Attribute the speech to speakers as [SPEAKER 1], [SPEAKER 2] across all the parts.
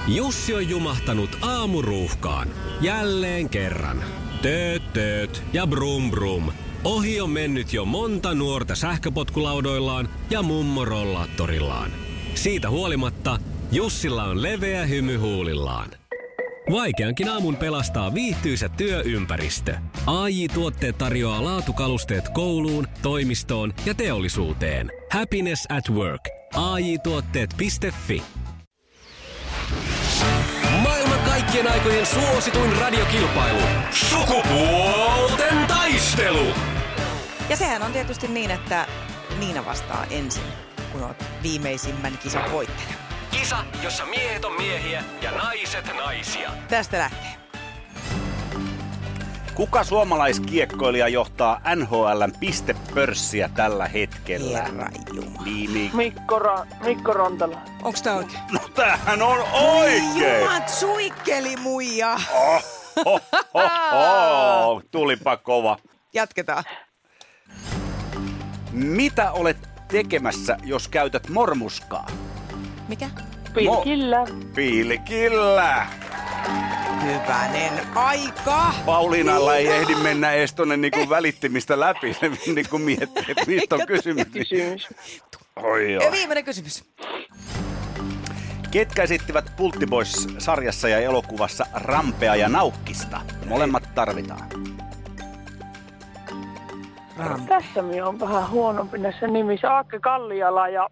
[SPEAKER 1] Jussi on jumahtanut aamuruuhkaan. Jälleen kerran. Tööt ja brum brum. Ohi on mennyt jo monta nuorta sähköpotkulaudoillaan ja mummorollaattorillaan. Siitä huolimatta Jussilla on leveä hymy huulillaan. Vaikeankin aamun pelastaa viihtyisä työympäristö. AJ-tuotteet tarjoaa laatukalusteet kouluun, toimistoon ja teollisuuteen. Happiness at work. AJ-tuotteet.fi. Maailman kaikkien aikojen suosituin radiokilpailu. Sukupuolten taistelu.
[SPEAKER 2] Ja sehän on tietysti niin, että Niina vastaa ensin, kun olet viimeisimmän kisan voittaja.
[SPEAKER 1] Kisa, jossa miehet on miehiä ja naiset naisia.
[SPEAKER 2] Tästä lähtee.
[SPEAKER 3] Kuka suomalaiskiekkoilija johtaa NHL:n pistepörssiä tällä hetkellä?
[SPEAKER 2] Herranjumala.
[SPEAKER 4] Mikko Rantala.
[SPEAKER 2] Onks tää oikein?
[SPEAKER 3] No tämähän on oikein!
[SPEAKER 2] Jumat suikkeli muija.
[SPEAKER 3] Tulipa kova.
[SPEAKER 2] Jatketaan.
[SPEAKER 3] Mitä olet tekemässä, jos käytät mormuskaa?
[SPEAKER 2] Mikä?
[SPEAKER 4] Pilkillä.
[SPEAKER 3] Pilkillä!
[SPEAKER 2] Hyvänen aika!
[SPEAKER 3] Pauliinalla ei ehdi mennä edes tonne niinku välittimistä läpi, se niinku miettii, että mistä on kysymys.
[SPEAKER 2] Ja viimeinen kysymys.
[SPEAKER 3] Ketkä esittivät Pultti Boys-sarjassa ja elokuvassa Rampea ja Naukkista? Molemmat tarvitaan.
[SPEAKER 4] Tässä minä on vähän huonompi näissä nimissä. Aakke Kalliala ja...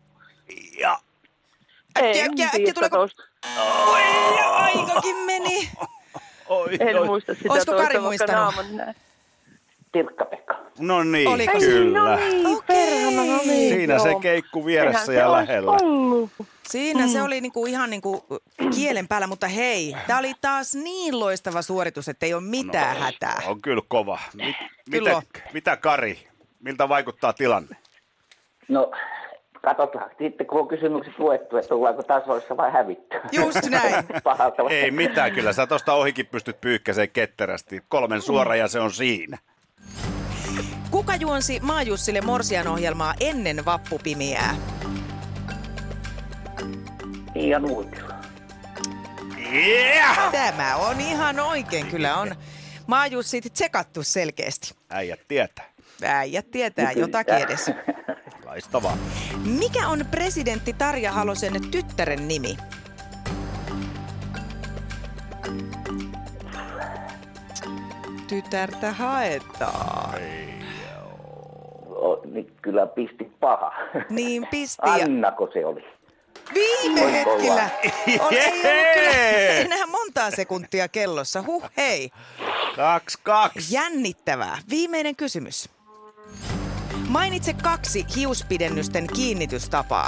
[SPEAKER 2] Äkkiä tuleeko? Oi, aikakin meni.
[SPEAKER 4] En muista sitä.
[SPEAKER 2] Olisiko Kari muistanut?
[SPEAKER 4] Tirkka-Pekka.
[SPEAKER 3] No niin,
[SPEAKER 2] oliko
[SPEAKER 3] kyllä.
[SPEAKER 4] No niin, perhana, no niin.
[SPEAKER 3] Siinä se keikku vieressä ja lähellä.
[SPEAKER 2] Siinä se oli ihan kielen päällä, mutta hei, tää oli taas niin loistava suoritus, että ei ole mitään hätää.
[SPEAKER 3] On kyllä kova. Mitä Kari? Miltä vaikuttaa tilanne?
[SPEAKER 5] No, katsotaan sitten, kun on kysymykset luettu, että tullaanko tasoissa vai hävitty.
[SPEAKER 2] Just näin.
[SPEAKER 3] Ei mitään, kyllä sä tosta ohikin pystyt pyykkäseen ketterästi. 3 suora ja se on siinä.
[SPEAKER 2] Kuka juonsi Maajussille Morsian ohjelmaa ennen vappupimiää?
[SPEAKER 5] Ian Uutila.
[SPEAKER 3] Yeah!
[SPEAKER 2] Tämä on ihan oikein, kyllä on Maajussit tsekattu selkeästi.
[SPEAKER 3] Äijät tietää.
[SPEAKER 2] Äijät tietää jotakin edes.
[SPEAKER 3] Laistavaa.
[SPEAKER 2] Mikä on presidentti Tarja Halosen tyttären nimi? Tytärtä haetaan.
[SPEAKER 5] Niin kyllä pisti paha.
[SPEAKER 2] Niin pisti.
[SPEAKER 5] Annako se oli?
[SPEAKER 2] Viime hetkellä. Ei ollut kyllä enää montaa sekuntia kellossa. Hei.
[SPEAKER 3] 2-2.
[SPEAKER 2] Jännittävää. Viimeinen kysymys. Mainitse 2 hiuspidennysten kiinnitystapaa.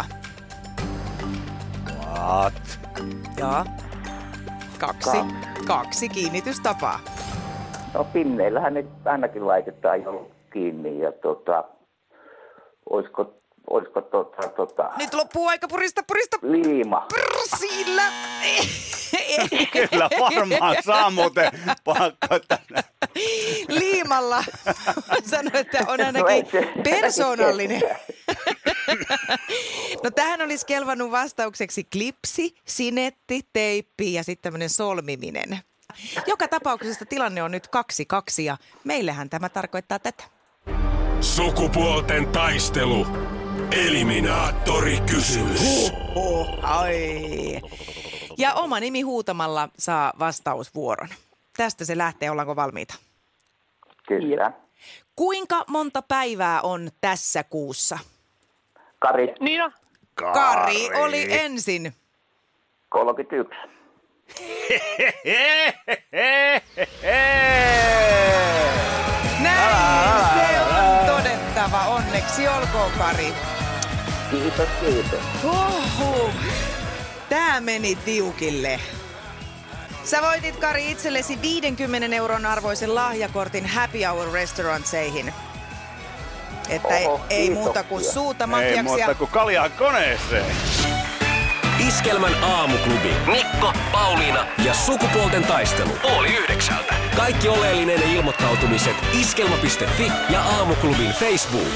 [SPEAKER 3] What?
[SPEAKER 2] Joo. 2 kiinnitystapaa.
[SPEAKER 5] No pinneillähän ne ainakin laitetaan jo kiinni ja olisiko
[SPEAKER 2] Nyt loppuu aika, purista.
[SPEAKER 5] liima.
[SPEAKER 2] Sillä.
[SPEAKER 3] Kyllä varmaan saa muuten pakko tänne.
[SPEAKER 2] Liimalla. Sanoin, että on ainakin persoonallinen. No tähän olisi kelvannut vastaukseksi klipsi, sinetti, teippi ja sitten tämmöinen solmiminen. Joka tapauksessa tilanne on nyt 2-2 ja meillähän tämä tarkoittaa tätä.
[SPEAKER 1] Sukupuolten taistelu. Eliminaattorikysymys.
[SPEAKER 2] Ai. Ja oma nimi huutamalla saa vastausvuoron. Tästä se lähtee, ollaanko valmiita?
[SPEAKER 5] Kyllä.
[SPEAKER 2] Kuinka monta päivää on tässä kuussa?
[SPEAKER 5] Kari.
[SPEAKER 4] Niina.
[SPEAKER 2] Kari oli ensin.
[SPEAKER 5] 31.
[SPEAKER 2] Näin se on todettava. Onneksi olkoon, Kari.
[SPEAKER 5] Kiitos.
[SPEAKER 2] Tää meni tiukille. Sä voitit, Kari, itsellesi 50 € arvoisen lahjakortin Happy Hour Restaurantseihin. Että ei muuta kuin suuta makeaksi.
[SPEAKER 3] Ei muuta kuin kaljaa koneeseen.
[SPEAKER 1] Iskelmän aamuklubi. Mikko, Pauliina ja sukupuolten taistelu. 8:30. Kaikki oleellinen ilmoittautumiset iskelma.fi ja aamuklubin Facebook.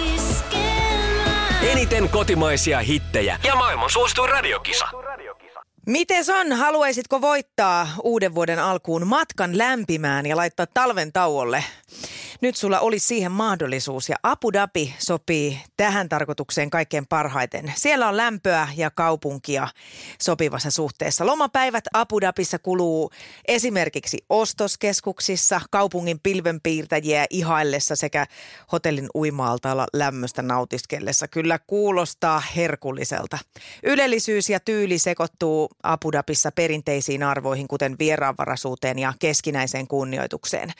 [SPEAKER 1] Eniten kotimaisia hittejä ja maailman suosituin radiokisa.
[SPEAKER 2] Mites on? Haluaisitko voittaa uuden vuoden alkuun matkan lämpimään ja laittaa talven tauolle? Nyt sulla olisi siihen mahdollisuus ja Abu Dhabi sopii tähän tarkoitukseen kaikkein parhaiten. Siellä on lämpöä ja kaupunkia sopivassa suhteessa. Lomapäivät Abu Dhabissa kuluu esimerkiksi ostoskeskuksissa, kaupungin pilvenpiirtäjiä ihaillessa sekä hotellin uima-altaalla lämmöstä nautiskellessa. Kyllä kuulostaa herkulliselta. Ylellisyys ja tyyli sekoittuu Abu Dhabissa perinteisiin arvoihin, kuten vieraanvaraisuuteen ja keskinäiseen kunnioitukseen.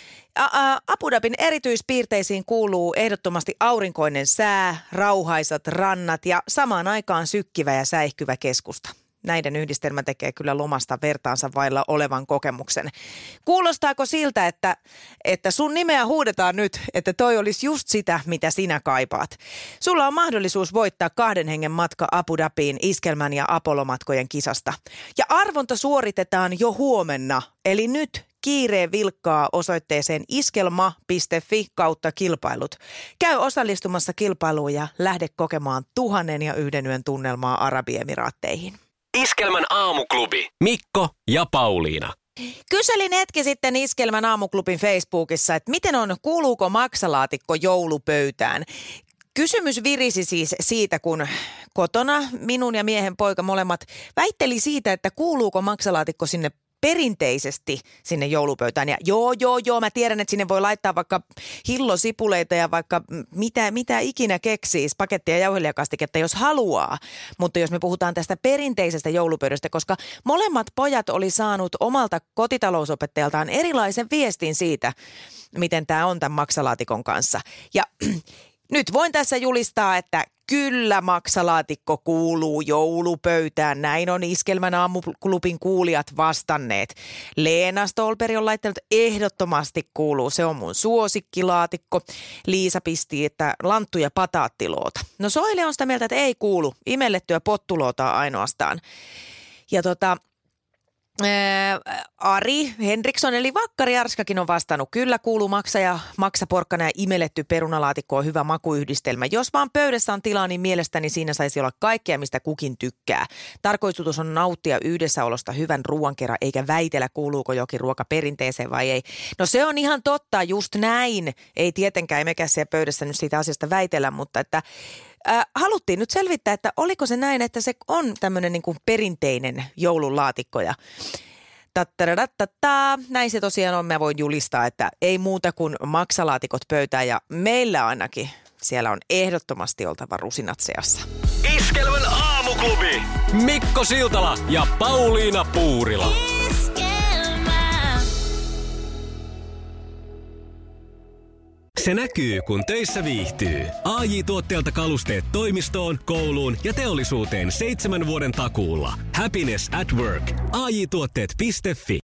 [SPEAKER 2] Abu Dhabin erityispiirteisiin kuuluu ehdottomasti aurinkoinen sää, rauhaisat rannat ja samaan aikaan sykkivä ja säihkyvä keskusta. Näiden yhdistelmä tekee kyllä lomasta vertaansa vailla olevan kokemuksen. Kuulostaako siltä, että sun nimeä huudetaan nyt, että toi olisi just sitä, mitä sinä kaipaat? Sulla on mahdollisuus voittaa 2 hengen matka Abu Dhabiin Iskelmän ja Apollo-matkojen kisasta. Ja arvonta suoritetaan jo huomenna, eli nyt kiireen vilkkaa osoitteeseen iskelma.fi/kilpailut. Käy osallistumassa kilpailuun ja lähde kokemaan 1001 yön tunnelmaa Arabiemiraatteihin.
[SPEAKER 1] Iskelmän aamuklubi. Mikko ja Pauliina.
[SPEAKER 2] Kyselin hetki sitten Iskelmän aamuklubin Facebookissa, että miten on, kuuluuko maksalaatikko joulupöytään? Kysymys virisi siis siitä, kun kotona minun ja miehen poika molemmat väitteli siitä, että kuuluuko maksalaatikko sinne perinteisesti sinne joulupöytään. Ja joo, mä tiedän, että sinne voi laittaa vaikka hillosipuleita ja vaikka mitä ikinä keksii, pakettia ja jauhelijakastiketta, jos haluaa. Mutta jos me puhutaan tästä perinteisestä joulupöydästä, koska molemmat pojat oli saanut omalta kotitalousopettajaltaan erilaisen viestin siitä, miten tämä on tämän maksalaatikon kanssa. Ja nyt voin tässä julistaa, että kyllä maksalaatikko kuuluu joulupöytään. Näin on Iskelmän aamuklubin kuulijat vastanneet. Leena Stolperi on laittanut ehdottomasti kuuluu. Se on mun suosikkilaatikko. Liisa pisti, että lanttu ja pataattiloota. No Soile on sitä mieltä, että ei kuulu. Imellettyä pottulootaa ainoastaan. Ja Ari Henriksson eli Vakkari Arskakin on vastannut. Kyllä kuuluu maksaporkkana ja imelletty perunalaatikko on hyvä makuyhdistelmä. Jos vaan pöydässä on tilaa, niin mielestäni siinä saisi olla kaikkea, mistä kukin tykkää. Tarkoitus on nauttia yhdessäolosta hyvän ruoan kerran, eikä väitellä, kuuluuko jokin ruoka perinteeseen vai ei. No se on ihan totta, just näin. Ei tietenkään emmekä siellä pöydässä nyt siitä asiasta väitellä, mutta että haluttiin nyt selvittää, että oliko se näin, että se on tämmöinen niin kuin perinteinen joululaatikko ja näin se tosiaan on. Mä voin julistaa, että ei muuta kuin maksalaatikot pöytään ja meillä ainakin siellä on ehdottomasti oltava rusinat seassa.
[SPEAKER 1] Iskelmän aamuklubi. Mikko Siltala ja Pauliina Puurila.
[SPEAKER 6] Se näkyy, kun töissä viihtyy. AJ-tuotteelta kalusteet toimistoon, kouluun ja teollisuuteen 7 vuoden takuulla. Happiness at work. AJ-tuotteet.fi